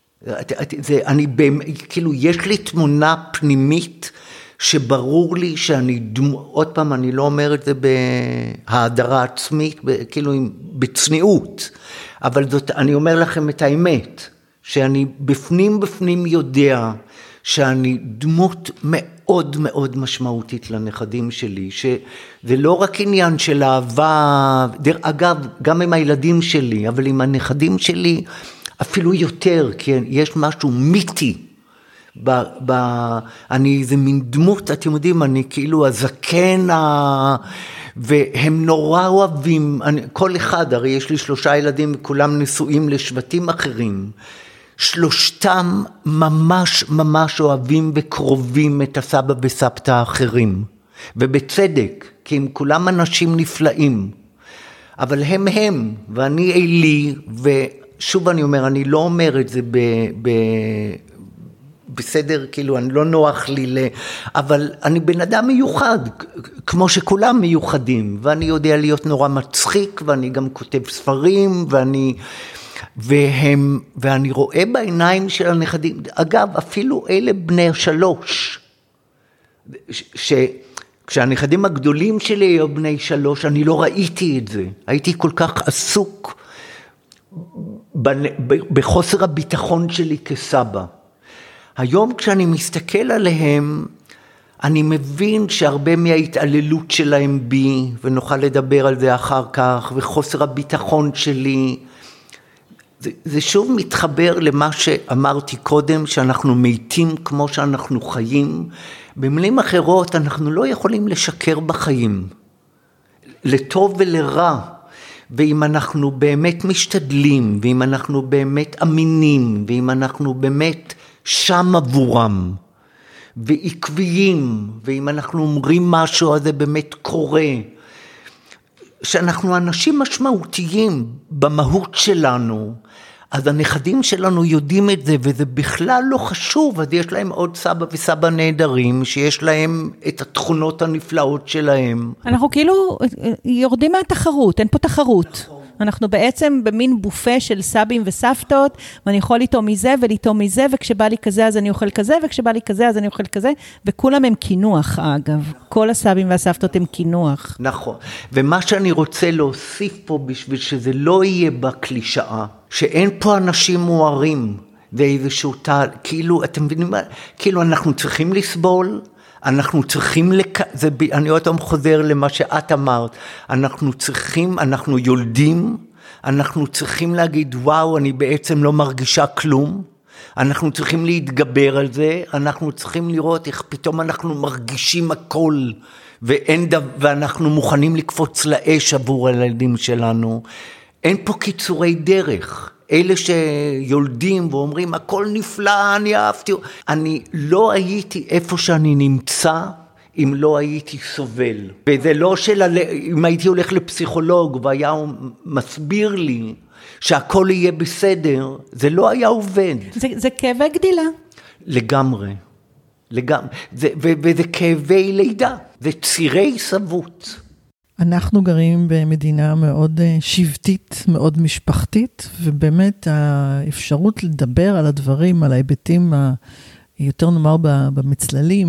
זה אני, כאילו, יש לי תמונה פנימית שברור לי שאני, עוד פעם, אני לא אומר את זה בהאדרה עצמית, כאילו, בצניעות. אבל זאת, אני אומר לכם את האמת. שאני בפנים בפנים יודע שאני דמות מאוד מאוד משמעותית לנכדים שלי, שזה לא רק עניין של אהבה, אגב, גם עם הילדים שלי, אבל עם הנכדים שלי אפילו יותר, כי יש משהו מיתי, ב, ב, אני איזה מין דמות, אתם יודעים, אני כאילו הזקן, ה... והם נורא אוהבים, אני, כל אחד, הרי יש לי שלושה ילדים, כולם נשואים לשבטים אחרים, שלושתם ממש ממש אוהבים וקרובים את הסבא וסבתא האחרים, ובצדק, כי הם כולם אנשים נפלאים, אבל הם הם, ואני אלי, ושוב אני אומר, אני לא אומר את זה ב... ב בסדר, כאילו, אני לא נוח לי, ל... אבל אני בן אדם מיוחד, כמו שכולם מיוחדים, ואני יודע להיות נורא מצחיק, ואני גם כותב ספרים, ואני, והם, ואני רואה בעיניים של הנכדים, אגב, אפילו אלה בני שלוש, ש... כשהנכדים הגדולים שלי היו בני שלוש, אני לא ראיתי את זה, הייתי כל כך עסוק בחוסר הביטחון שלי כסבא. היום כשאני מסתכל עליהם, אני מבין שהרבה מההתעללות שלהם בי, ונוכל לדבר על זה אחר כך, וחוסר הביטחון שלי, זה, זה שוב מתחבר למה שאמרתי קודם, שאנחנו מתים כמו שאנחנו חיים. במילים אחרות, אנחנו לא יכולים לשקר בחיים, לטוב ולרע. ואם אנחנו באמת משתדלים, ואם אנחנו באמת אמינים, ואם אנחנו באמת שם עבורם, ועקביים, ואם אנחנו אומרים משהו, אז זה באמת קורה, שאנחנו אנשים משמעותיים במהות שלנו, אז הנכדים שלנו יודעים את זה, וזה בכלל לא חשוב, אז יש להם עוד סבא וסבא נהדרים, שיש להם את התכונות הנפלאות שלהם. אנחנו כאילו יורדים מהתחרות, אין פה תחרות. אנחנו בעצם במין בופה של סבים וסבתות, ואני יכול לטעום מזה ולטעום מזה, וכשבא לי כזה אז אני אוכל כזה, וכשבא לי כזה אז אני אוכל כזה, וכולם הם כינוח אגב. כל הסבים והסבתות הם כינוח. נכון. ומה שאני רוצה להוסיף פה בשביל שזה לא יהיה בקלישאה, שאין פה אנשים מוארים, ואיזשהו תל, כאילו, אתם מבינים מה? כאילו אנחנו צריכים לסבול, אנחנו צריכים, לק... זה, אני עוד פעם חוזר למה שאת אמרת, אנחנו צריכים, אנחנו יולדים, אנחנו צריכים להגיד, וואו, אני בעצם לא מרגישה כלום, אנחנו צריכים להתגבר על זה, אנחנו צריכים לראות איך פתאום אנחנו מרגישים הכל, ואין דו... ואנחנו מוכנים לקפוץ לאש עבור הילדים שלנו, אין פה קיצורי דרך. אלה שיולדים ואומרים, הכל נפלא, אני אהבתי. אני לא הייתי איפה שאני נמצא, אם לא הייתי סובל. וזה לא של, אם הייתי הולך לפסיכולוג, והיה מסביר לי שהכל יהיה בסדר, זה לא היה עובד. זה, זה כאבי גדילה. לגמרי. לגמרי. זה, ו, וזה כאבי לידה. זה צירי סבות. אנחנו גרים במדינה מאוד שבטית, מאוד משפחתית, ובאמת האפשרות לדבר על הדברים, על ההיבטים היותר נאמר במצללים,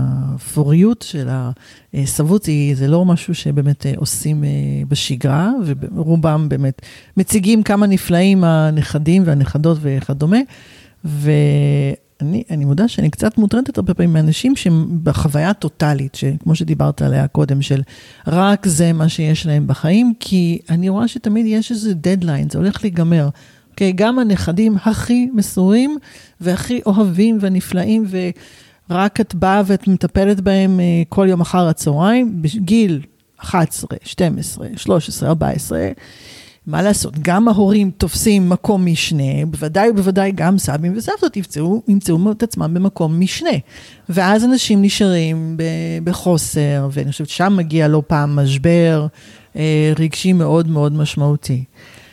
בפוריות של הסבות, זה לא משהו שבאמת עושים בשגרה, ורובם באמת מציגים כמה נפלאים הנכדים והנכדות וכדומה, ו... אני, אני מודה שאני קצת מוטרדת הרבה פעמים מאנשים שהם בחוויה טוטלית, שכמו שדיברת עליה קודם, של רק זה מה שיש להם בחיים, כי אני רואה שתמיד יש איזה דדליין, זה הולך להיגמר. Okay, גם הנכדים הכי מסורים, והכי אוהבים ונפלאים, ורק את באה ואת מטפלת בהם כל יום אחר הצהריים, בגיל אחת עשרה, שתים עשרה, שלוש עשרה, ארבע עשרה, מה לעשות? גם ההורים תופסים מקום משנה, בוודאי ובוודאי גם סבים וסבתות ימצאו, ימצאו את עצמם במקום משנה. ואז אנשים נשארים בחוסר, ואני חושבת שם מגיע לא פעם משבר רגשי מאוד מאוד משמעותי.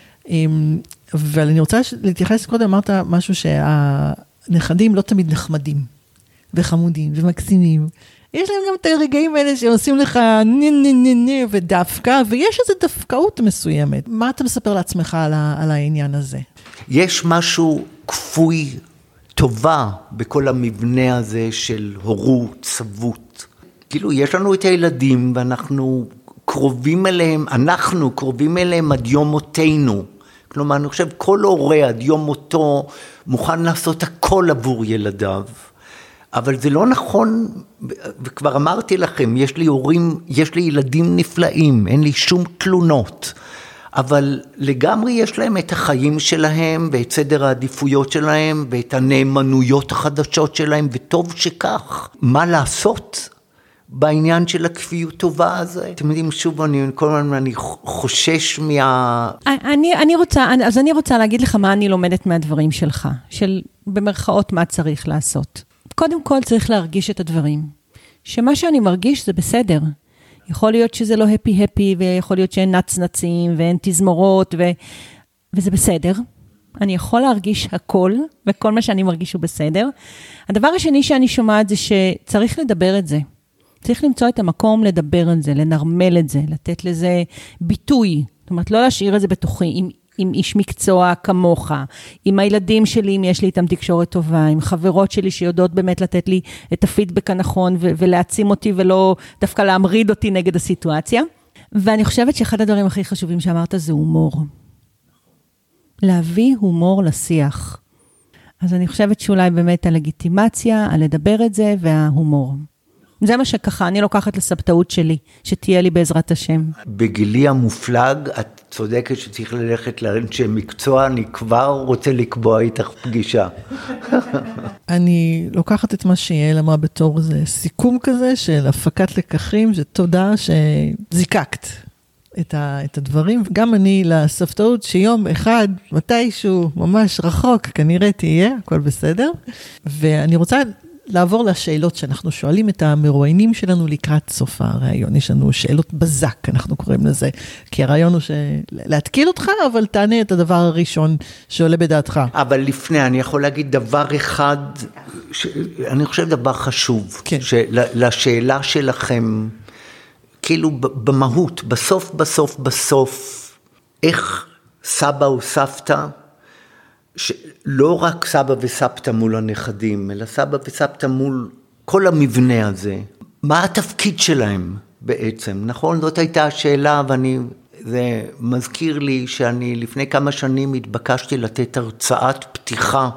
אבל אני רוצה להתייחס קודם, אמרת משהו שהנכדים לא תמיד נחמדים, וחמודים, ומקסימים. יש להם גם את הרגעים האלה שעושים לך ני ני ני ני ודווקא, ויש איזו דווקאות מסוימת. מה אתה מספר לעצמך על, על העניין הזה? יש משהו כפוי טובה בכל המבנה הזה של הורות, סבות. כאילו יש לנו את הילדים ואנחנו קרובים אליהם, אנחנו קרובים אליהם עד יום מותנו. כלומר, אני חושב כל הורה עד יום מותו מוכן לעשות הכל עבור ילדיו. אבל זה לא נכון, וכבר אמרתי לכם, יש לי הורים, יש לי ילדים נפלאים, אין לי שום תלונות, אבל לגמרי יש להם את החיים שלהם, ואת סדר העדיפויות שלהם, ואת הנאמנויות החדשות שלהם, וטוב שכך. מה לעשות בעניין של הכפיות טובה הזה? אתם יודעים, שוב, אני כל הזמן אני חושש מה... אני, אני רוצה, אז אני רוצה להגיד לך מה אני לומדת מהדברים שלך, של במרכאות מה צריך לעשות. קודם כל צריך להרגיש את הדברים, שמה שאני מרגיש זה בסדר. יכול להיות שזה לא הפי-הפי, ויכול להיות שאין נצנצים, ואין תזמורות, ו... וזה בסדר. אני יכול להרגיש הכל, וכל מה שאני מרגיש הוא בסדר. הדבר השני שאני שומעת זה שצריך לדבר את זה. צריך למצוא את המקום לדבר את זה, לנרמל את זה, לתת לזה ביטוי. זאת אומרת, לא להשאיר את זה בתוכי, עם, עם איש מקצוע כמוך, עם הילדים שלי, אם יש לי איתם תקשורת טובה, עם חברות שלי שיודעות באמת לתת לי את הפידבק הנכון, ו- ולהעצים אותי, ולא דווקא להמריד אותי נגד הסיטואציה. ואני חושבת שאחד הדברים הכי חשובים שאמרת זה הומור. להביא הומור לשיח. אז אני חושבת שאולי באמת הלגיטימציה, על לדבר את זה, וההומור. זה מה שככה, אני לוקחת לסבתאות שלי, שתהיה לי בעזרת השם. בגילי המופלג, את צודקת שצריך ללכת לאנשי מקצוע, אני כבר רוצה לקבוע איתך פגישה. אני לוקחת את מה שיעל אמרה בתור איזה סיכום כזה, של הפקת לקחים, זה תודה שזיקקת את, ה, את הדברים. גם אני לסבתאות שיום אחד, מתישהו ממש רחוק, כנראה תהיה, הכל בסדר. ואני רוצה... לעבור לשאלות שאנחנו שואלים את המרואיינים שלנו לקראת סוף הרעיון. יש לנו שאלות בזק, אנחנו קוראים לזה, כי הרעיון הוא להתקיל אותך, אבל תענה את הדבר הראשון שעולה בדעתך. אבל לפני, אני יכול להגיד דבר אחד, ש... אני חושב דבר חשוב, כן. לשאלה שלכם, כאילו במהות, בסוף, בסוף, בסוף, איך סבא או סבתא, שלא רק סבא וסבתא מול הנכדים, אלא סבא וסבתא מול כל המבנה הזה. מה התפקיד שלהם בעצם? נכון, זאת הייתה השאלה, ואני, זה מזכיר לי שאני לפני כמה שנים התבקשתי לתת הרצאת פתיחה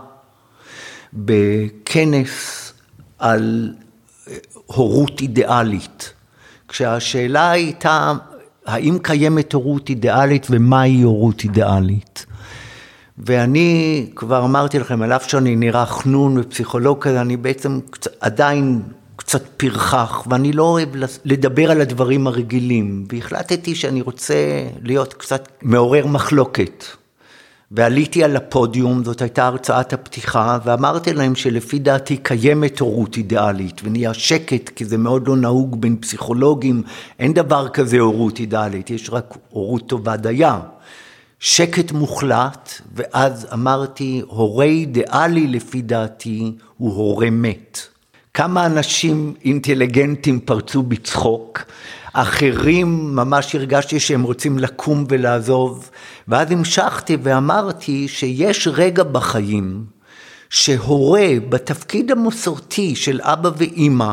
בכנס על הורות אידיאלית. כשהשאלה הייתה, האם קיימת הורות אידיאלית ומהי הורות אידיאלית? ואני כבר אמרתי לכם, על אף שאני נראה חנון ופסיכולוג כזה, אני בעצם קצת, עדיין קצת פרחח, ואני לא אוהב לדבר על הדברים הרגילים, והחלטתי שאני רוצה להיות קצת מעורר מחלוקת. ועליתי על הפודיום, זאת הייתה הרצאת הפתיחה, ואמרתי להם שלפי דעתי קיימת הורות אידיאלית, ונהיה שקט, כי זה מאוד לא נהוג בין פסיכולוגים, אין דבר כזה הורות אידיאלית, יש רק הורות טובה דייה. שקט מוחלט, ואז אמרתי, הורה אידיאלי לפי דעתי הוא הורה מת. כמה אנשים אינטליגנטים פרצו בצחוק, אחרים ממש הרגשתי שהם רוצים לקום ולעזוב, ואז המשכתי ואמרתי שיש רגע בחיים, שהורה בתפקיד המסורתי של אבא ואמא,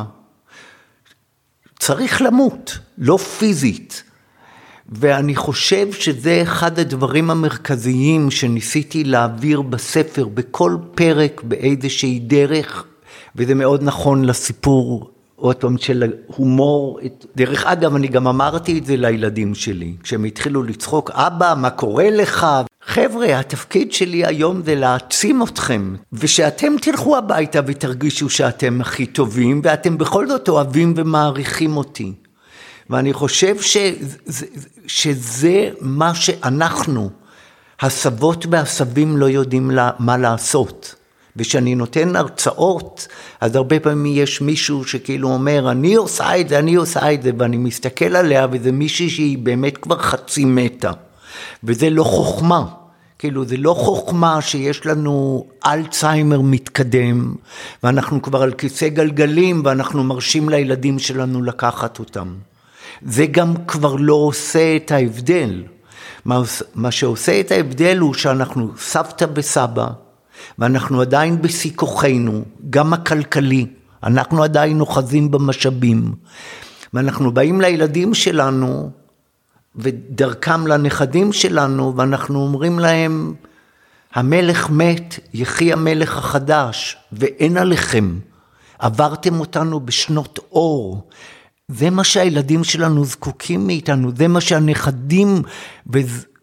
צריך למות, לא פיזית, ואני חושב שזה אחד הדברים המרכזיים שניסיתי להעביר בספר, בכל פרק באיזושהי דרך, וזה מאוד נכון לסיפור, עוד פעם, של הומור. דרך אגב, אני גם אמרתי את זה לילדים שלי, כשהם התחילו לצחוק, אבא, מה קורה לך? חבר'ה, התפקיד שלי היום זה להעצים אתכם, ושאתם תלכו הביתה ותרגישו שאתם הכי טובים, ואתם בכל זאת אוהבים ומעריכים אותי. ואני חושב שזה, שזה מה שאנחנו, הסבות והסבים, לא יודעים מה לעשות. ושאני נותן הרצאות, אז הרבה פעמים יש מישהו שכאילו אומר, אני עושה את זה, אני עושה את זה, ואני מסתכל עליה, וזה מישהי שהיא באמת כבר חצי מתה. וזה לא חוכמה. כאילו, זה לא חוכמה שיש לנו אלצהיימר מתקדם, ואנחנו כבר על כיסא גלגלים, ואנחנו מרשים לילדים שלנו לקחת אותם. זה גם כבר לא עושה את ההבדל. מה, מה שעושה את ההבדל הוא שאנחנו סבתא וסבא, ואנחנו עדיין בשיא כוחנו, גם הכלכלי, אנחנו עדיין אוחזים במשאבים, ואנחנו באים לילדים שלנו, ודרכם לנכדים שלנו, ואנחנו אומרים להם, המלך מת, יחי המלך החדש, ואין עליכם, עברתם אותנו בשנות אור, זה מה שהילדים שלנו זקוקים מאיתנו, זה מה שהנכדים,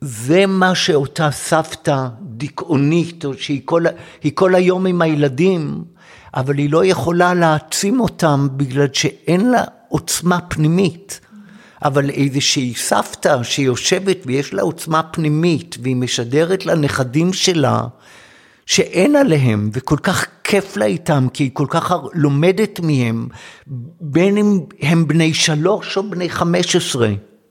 זה מה שאותה סבתא דיכאונית, שהיא כל, היא כל היום עם הילדים, אבל היא לא יכולה להעצים אותם בגלל שאין לה עוצמה פנימית. אבל איזושהי סבתא שיושבת ויש לה עוצמה פנימית, והיא משדרת לנכדים שלה, שאין עליהם, וכל כך כיף לה איתם, כי היא כל כך לומדת מהם, בין אם הם בני שלוש או בני חמש עשרה.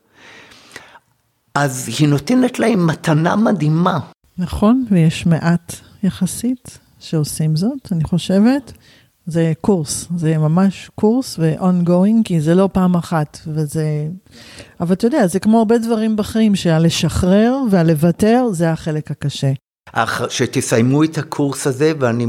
אז היא נותנת להם מתנה מדהימה. נכון, ויש מעט יחסית שעושים זאת, אני חושבת. זה קורס, זה ממש קורס ו-ongoing, כי זה לא פעם אחת, וזה... אבל אתה יודע, זה כמו הרבה דברים בחיים, שהלשחרר והלוותר, זה החלק הקשה. שתסיימו את הקורס הזה, ואני,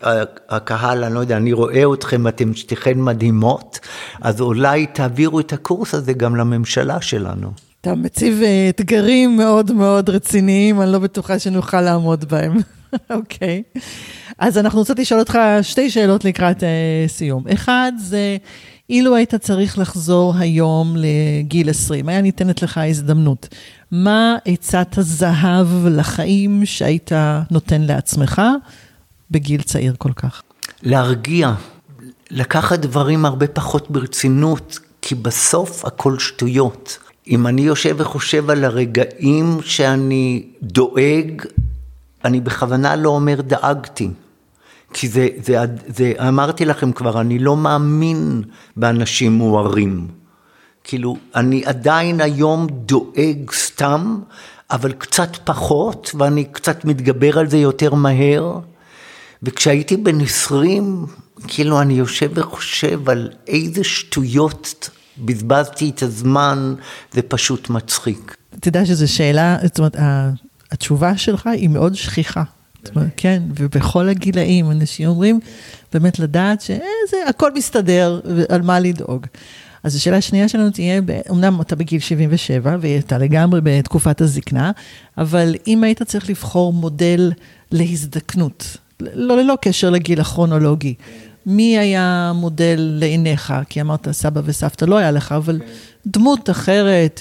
הקהל, אני לא יודע, אני רואה אתכם, אתם שתיכן מדהימות, אז אולי תעבירו את הקורס הזה גם לממשלה שלנו. אתה מציב אתגרים מאוד מאוד רציניים, אני לא בטוחה שנוכל לעמוד בהם. אוקיי. אז אנחנו רוצות לשאול אותך שתי שאלות לקראת סיום. אחד זה, אילו היית צריך לחזור היום לגיל עשרים, היה ניתנת לך הזדמנות. מה עצת הזהב לחיים שהיית נותן לעצמך בגיל צעיר כל כך? להרגיע, לקחת דברים הרבה פחות ברצינות, כי בסוף הכל שטויות. אם אני יושב וחושב על הרגעים שאני דואג, אני בכוונה לא אומר דאגתי. כי זה, זה, זה, אמרתי לכם כבר, אני לא מאמין באנשים מוארים. כאילו, אני עדיין היום דואג סתם, אבל קצת פחות, ואני קצת מתגבר על זה יותר מהר. וכשהייתי בן עשרים, כאילו אני יושב וחושב על איזה שטויות בזבזתי את הזמן, זה פשוט מצחיק. אתה יודע שזו שאלה, זאת אומרת, התשובה שלך היא מאוד שכיחה. זאת אומרת, כן, ובכל הגילאים אנשים אומרים, באמת לדעת שזה, הכל מסתדר, ועל מה לדאוג. אז השאלה השנייה שלנו תהיה, אמנם אתה בגיל שבעים ושבע, ואתה לגמרי בתקופת הזקנה, אבל אם היית צריך לבחור מודל להזדקנות, לא ללא קשר לגיל הכרונולוגי, מי היה מודל לעיניך? כי אמרת סבא וסבתא לא היה לך, אבל דמות אחרת,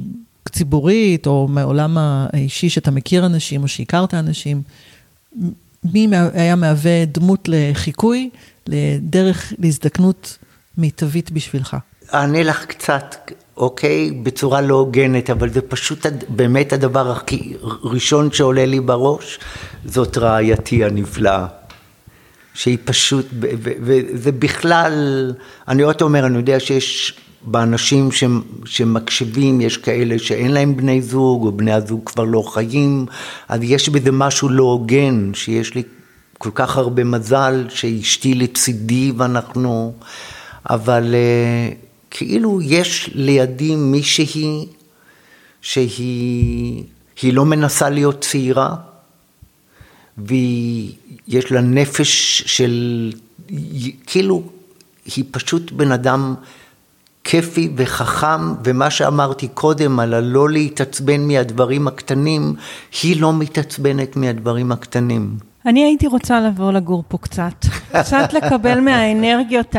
ציבורית, או מהעולם האישי שאתה מכיר אנשים, או שהכרת אנשים, מי היה מהווה דמות לחיקוי, לדרך להזדקנות מיטבית בשבילך? אענה לך קצת, אוקיי, בצורה לא הוגנת, אבל זה פשוט באמת הדבר הכי ראשון שעולה לי בראש, זאת רעייתי הנפלאה. שהיא פשוט, וזה בכלל, אני עוד אומר, אני יודע שיש באנשים שמקשיבים, יש כאלה שאין להם בני זוג, או בני הזוג כבר לא חיים, אז יש בזה משהו לא הוגן, שיש לי כל כך הרבה מזל, שאשתי לצידי ואנחנו, אבל כאילו יש לידי מישהי, שהיא היא לא מנסה להיות צעירה, ויש לה נפש של, כאילו, היא פשוט בן אדם כיפי וחכם, ומה שאמרתי קודם על הלא להתעצבן מהדברים הקטנים, היא לא מתעצבנת מהדברים הקטנים. אני הייתי רוצה לבוא לגור פה קצת, קצת לקבל מהאנרגיות,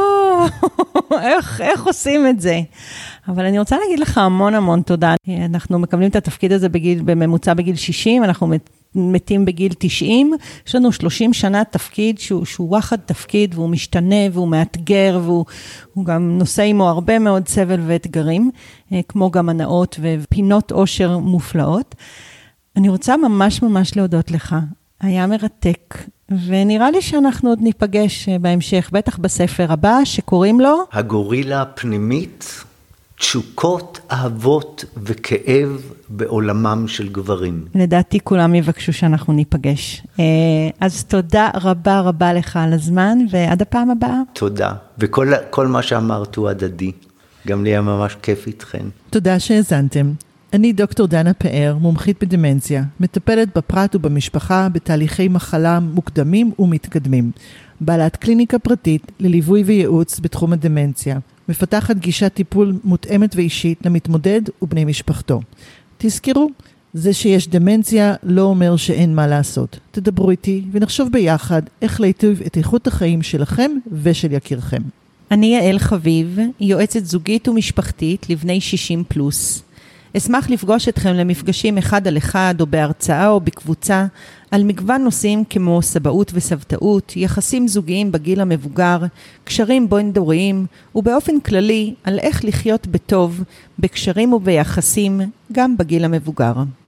איך, איך עושים את זה? אבל אני רוצה להגיד לך המון המון תודה. אנחנו מקבלים את התפקיד הזה בגיל, בממוצע בגיל שישים, אנחנו מתים בגיל תשעים, יש לנו שלושים שנה תפקיד שהוא, שהוא וואחד תפקיד, והוא משתנה והוא מאתגר, והוא הוא גם נושא עמו הרבה מאוד סבל ואתגרים, כמו גם הנאות ופינות עושר מופלאות. אני רוצה ממש ממש להודות לך. היה מרתק, ונראה לי שאנחנו עוד ניפגש בהמשך, בטח בספר הבא שקוראים לו הגורילה הפנימית, תשוקות, אהבות וכאב בעולמם של גברים. לדעתי כולם יבקשו שאנחנו ניפגש. אז תודה רבה רבה לך על הזמן, ועד הפעם הבאה. תודה, וכל כל מה שאמרת הוא הדדי. גם לי היה ממש כיף איתכן. תודה שהזנתם. אני דוקטור דנה פאר, מומחית בדמנציה, מטפלת בפרט ובמשפחה בתהליכי מחלה מוקדמים ומתקדמים. בעלת קליניקה פרטית לליווי וייעוץ בתחום הדמנציה. מפתחת גישת טיפול מותאמת ואישית למתמודד ובני משפחתו. תזכרו, זה שיש דמנציה לא אומר שאין מה לעשות. תדברו איתי ונחשוב ביחד איך להיטיב את איכות החיים שלכם ושל יקירכם. אני יעל חביב, יועצת זוגית ומשפחתית לבני שישים פלוס. אשמח לפגוש אתכם למפגשים אחד על אחד או בהרצאה או בקבוצה על מגוון נושאים כמו סבאות וסבתאות, יחסים זוגיים בגיל המבוגר, קשרים בין-דוריים ובאופן כללי על איך לחיות בטוב, בקשרים וביחסים גם בגיל המבוגר.